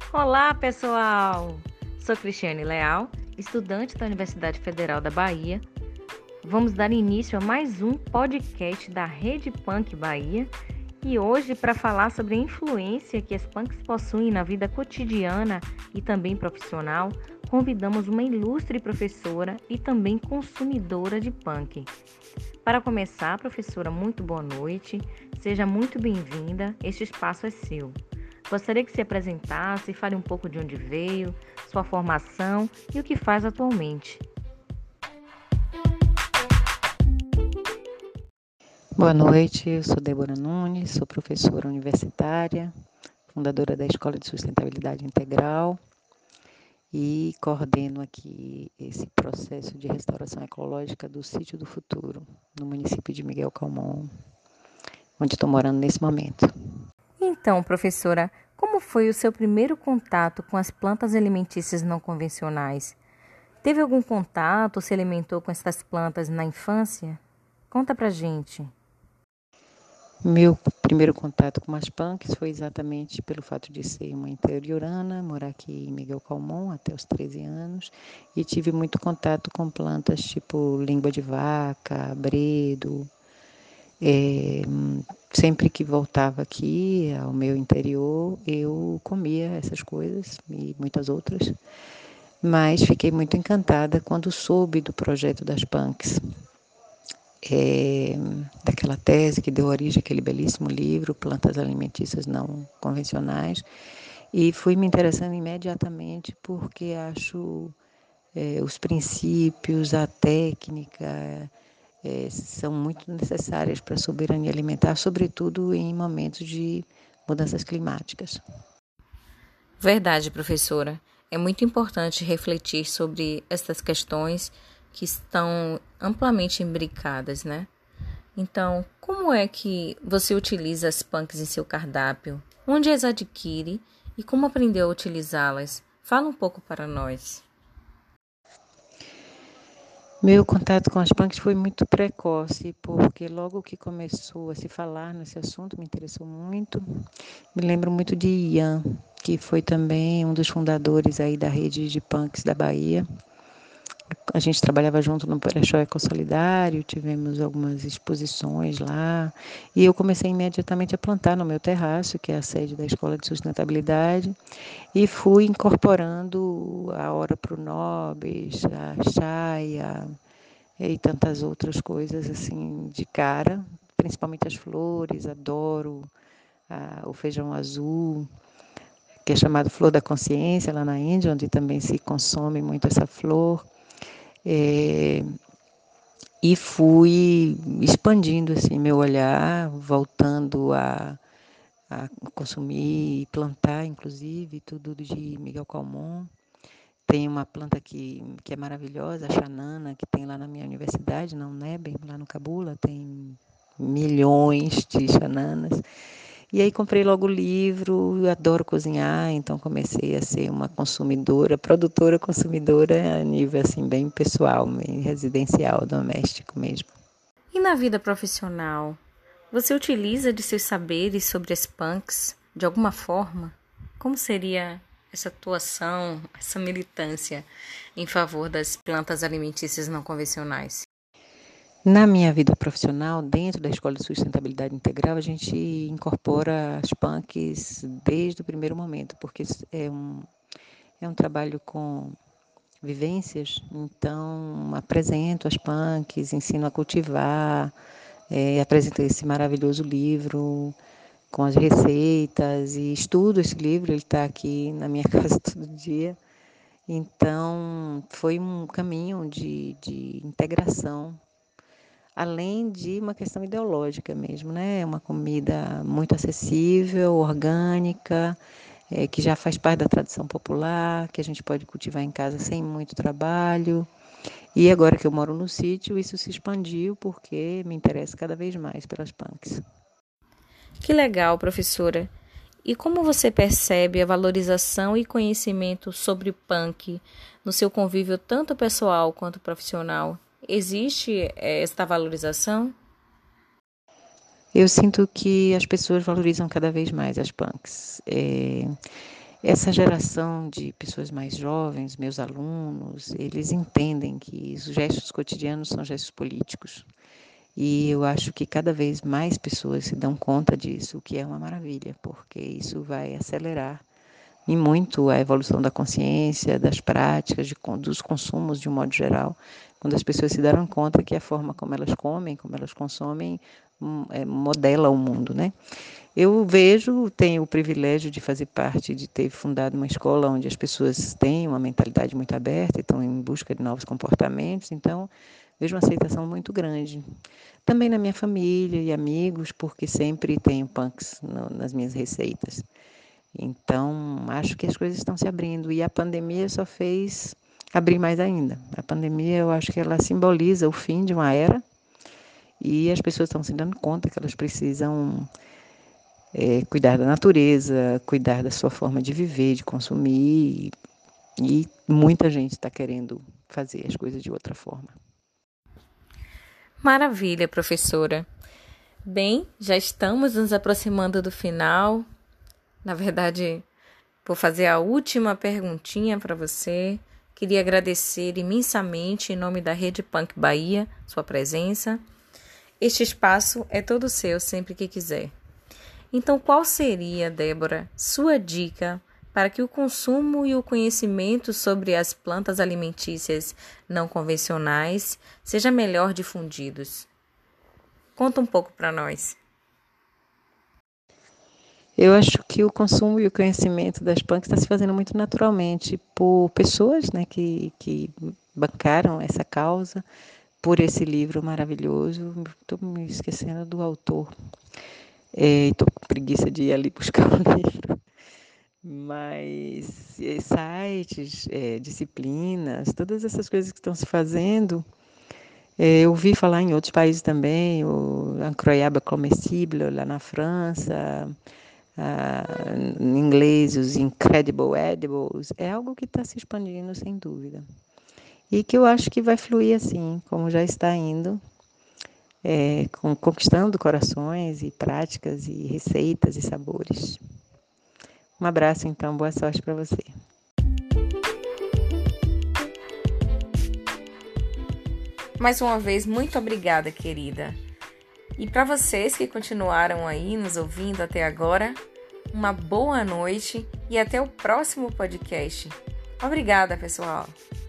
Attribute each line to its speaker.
Speaker 1: Olá, pessoal! Sou Cristiane Leal, estudante da Universidade Federal da Bahia. Vamos dar início a mais um podcast da Rede Punk Bahia e hoje, para falar sobre a influência que as punks possuem na vida cotidiana e também profissional, convidamos uma ilustre professora e também consumidora de punk. Para começar, professora, muito boa noite. Seja muito bem-vinda. Este espaço é seu. Gostaria que se apresentasse, fale um pouco de onde veio, sua formação e o que faz atualmente.
Speaker 2: Boa noite, eu sou Débora Nunes, sou professora universitária, fundadora da Escola de Sustentabilidade Integral e coordeno aqui esse processo de restauração ecológica do Sítio do Futuro, no município de Miguel Calmon, onde estou morando nesse momento.
Speaker 1: Então, professora, como foi o seu primeiro contato com as plantas alimentícias não convencionais? Teve algum contato ou se alimentou com essas plantas na infância? Conta pra gente.
Speaker 2: Meu primeiro contato com as punks foi exatamente pelo fato de ser uma interiorana, morar aqui em Miguel Calmon até os 13 anos, e tive muito contato com plantas tipo língua de vaca, bredo. É, Sempre que voltava aqui ao meu interior, eu comia essas coisas e muitas outras, mas fiquei muito encantada quando soube do projeto das punks, daquela tese que deu origem àquele belíssimo livro, Plantas Alimentícias Não Convencionais, e fui me interessando imediatamente porque acho os princípios, a técnica, são muito necessárias para a soberania alimentar, sobretudo em momentos de mudanças climáticas.
Speaker 1: Verdade, professora. É muito importante refletir sobre essas questões que estão amplamente imbricadas, né? Então, como é que você utiliza as punks em seu cardápio? Onde as adquire e como aprendeu a utilizá-las? Fala um pouco para nós.
Speaker 2: Meu contato com as punks foi muito precoce, porque logo que começou a se falar nesse assunto, me interessou muito. Me lembro muito de Ian, que foi também um dos fundadores aí da rede de punks da Bahia. A gente trabalhava junto no Brechó Ecosolidário, tivemos algumas exposições lá, e eu comecei imediatamente a plantar no meu terraço, que é a sede da Escola de Sustentabilidade, e fui incorporando a Hora Pro Nobis, a chaia e tantas outras coisas assim de cara, principalmente as flores, adoro o feijão azul, que é chamado flor da consciência lá na Índia, onde também se consome muito essa flor. É, e fui expandindo assim meu olhar, voltando a consumir e plantar, inclusive, tudo de Miguel Calmon. Tem uma planta que é maravilhosa, a xanana, que tem lá na minha universidade, na UNEB, lá no Cabula, tem milhões de xananas. E aí comprei logo o livro, eu adoro cozinhar, então comecei a ser uma consumidora, produtora consumidora a nível assim bem pessoal, bem residencial, doméstico mesmo.
Speaker 1: E na vida profissional, você utiliza de seus saberes sobre as punks de alguma forma? Como seria essa atuação, essa militância em favor das plantas alimentícias não convencionais?
Speaker 2: Na minha vida profissional, dentro da Escola de Sustentabilidade Integral, a gente incorpora as punks desde o primeiro momento, porque é um trabalho com vivências, então apresento as punks, ensino a cultivar, apresento esse maravilhoso livro com as receitas e estudo esse livro, ele está aqui na minha casa todo dia. Então, foi um caminho de integração, além de uma questão ideológica mesmo, né? É uma comida muito acessível, orgânica, que já faz parte da tradição popular, que a gente pode cultivar em casa sem muito trabalho. E agora que eu moro no sítio, isso se expandiu porque me interessa cada vez mais pelas punks.
Speaker 1: Que legal, professora. E como você percebe a valorização e conhecimento sobre o punk no seu convívio tanto pessoal quanto profissional? Existe esta valorização?
Speaker 2: Eu sinto que as pessoas valorizam cada vez mais as punks. essa geração de pessoas mais jovens, meus alunos, eles entendem que os gestos cotidianos são gestos políticos. E eu acho que cada vez mais pessoas se dão conta disso, o que é uma maravilha, porque isso vai acelerar e muito a evolução da consciência, das práticas, dos consumos de um modo geral, quando as pessoas se deram conta que a forma como elas comem, como elas consomem, modela o mundo, né? Eu vejo, tenho o privilégio de fazer parte, de ter fundado uma escola onde as pessoas têm uma mentalidade muito aberta e estão em busca de novos comportamentos, então vejo uma aceitação muito grande. Também na minha família e amigos, porque sempre tenho punks nas minhas receitas. Então, acho que as coisas estão se abrindo e a pandemia só fez abrir mais ainda. A pandemia, eu acho que ela simboliza o fim de uma era e as pessoas estão se dando conta que elas precisam cuidar da natureza, cuidar da sua forma de viver, de consumir e muita gente está querendo fazer as coisas de outra forma.
Speaker 1: Maravilha, professora. Bem, já estamos nos aproximando do final. Na verdade, vou fazer a última perguntinha para você. Queria agradecer imensamente, em nome da Rede Punk Bahia, sua presença. Este espaço é todo seu, sempre que quiser. Então, qual seria, Débora, sua dica para que o consumo e o conhecimento sobre as plantas alimentícias não convencionais seja melhor difundidos? Conta um pouco para nós.
Speaker 2: Eu acho que o consumo e o conhecimento das punks está se fazendo muito naturalmente por pessoas, né, que bancaram essa causa, por esse livro maravilhoso. Estou me esquecendo do autor. Estou com preguiça de ir ali buscar o livro. Mas sites, disciplinas, todas essas coisas que estão se fazendo, eu ouvi falar em outros países também, o Incroyable Comestible lá na França, em inglês os Incredible Edibles, é algo que está se expandindo sem dúvida. E que eu acho que vai fluir assim, como já está indo, conquistando corações e práticas e receitas e sabores. Um abraço, então, boa sorte para você.
Speaker 1: Mais uma vez, muito obrigada, querida. E para vocês que continuaram aí nos ouvindo até agora, uma boa noite e até o próximo podcast. Obrigada, pessoal!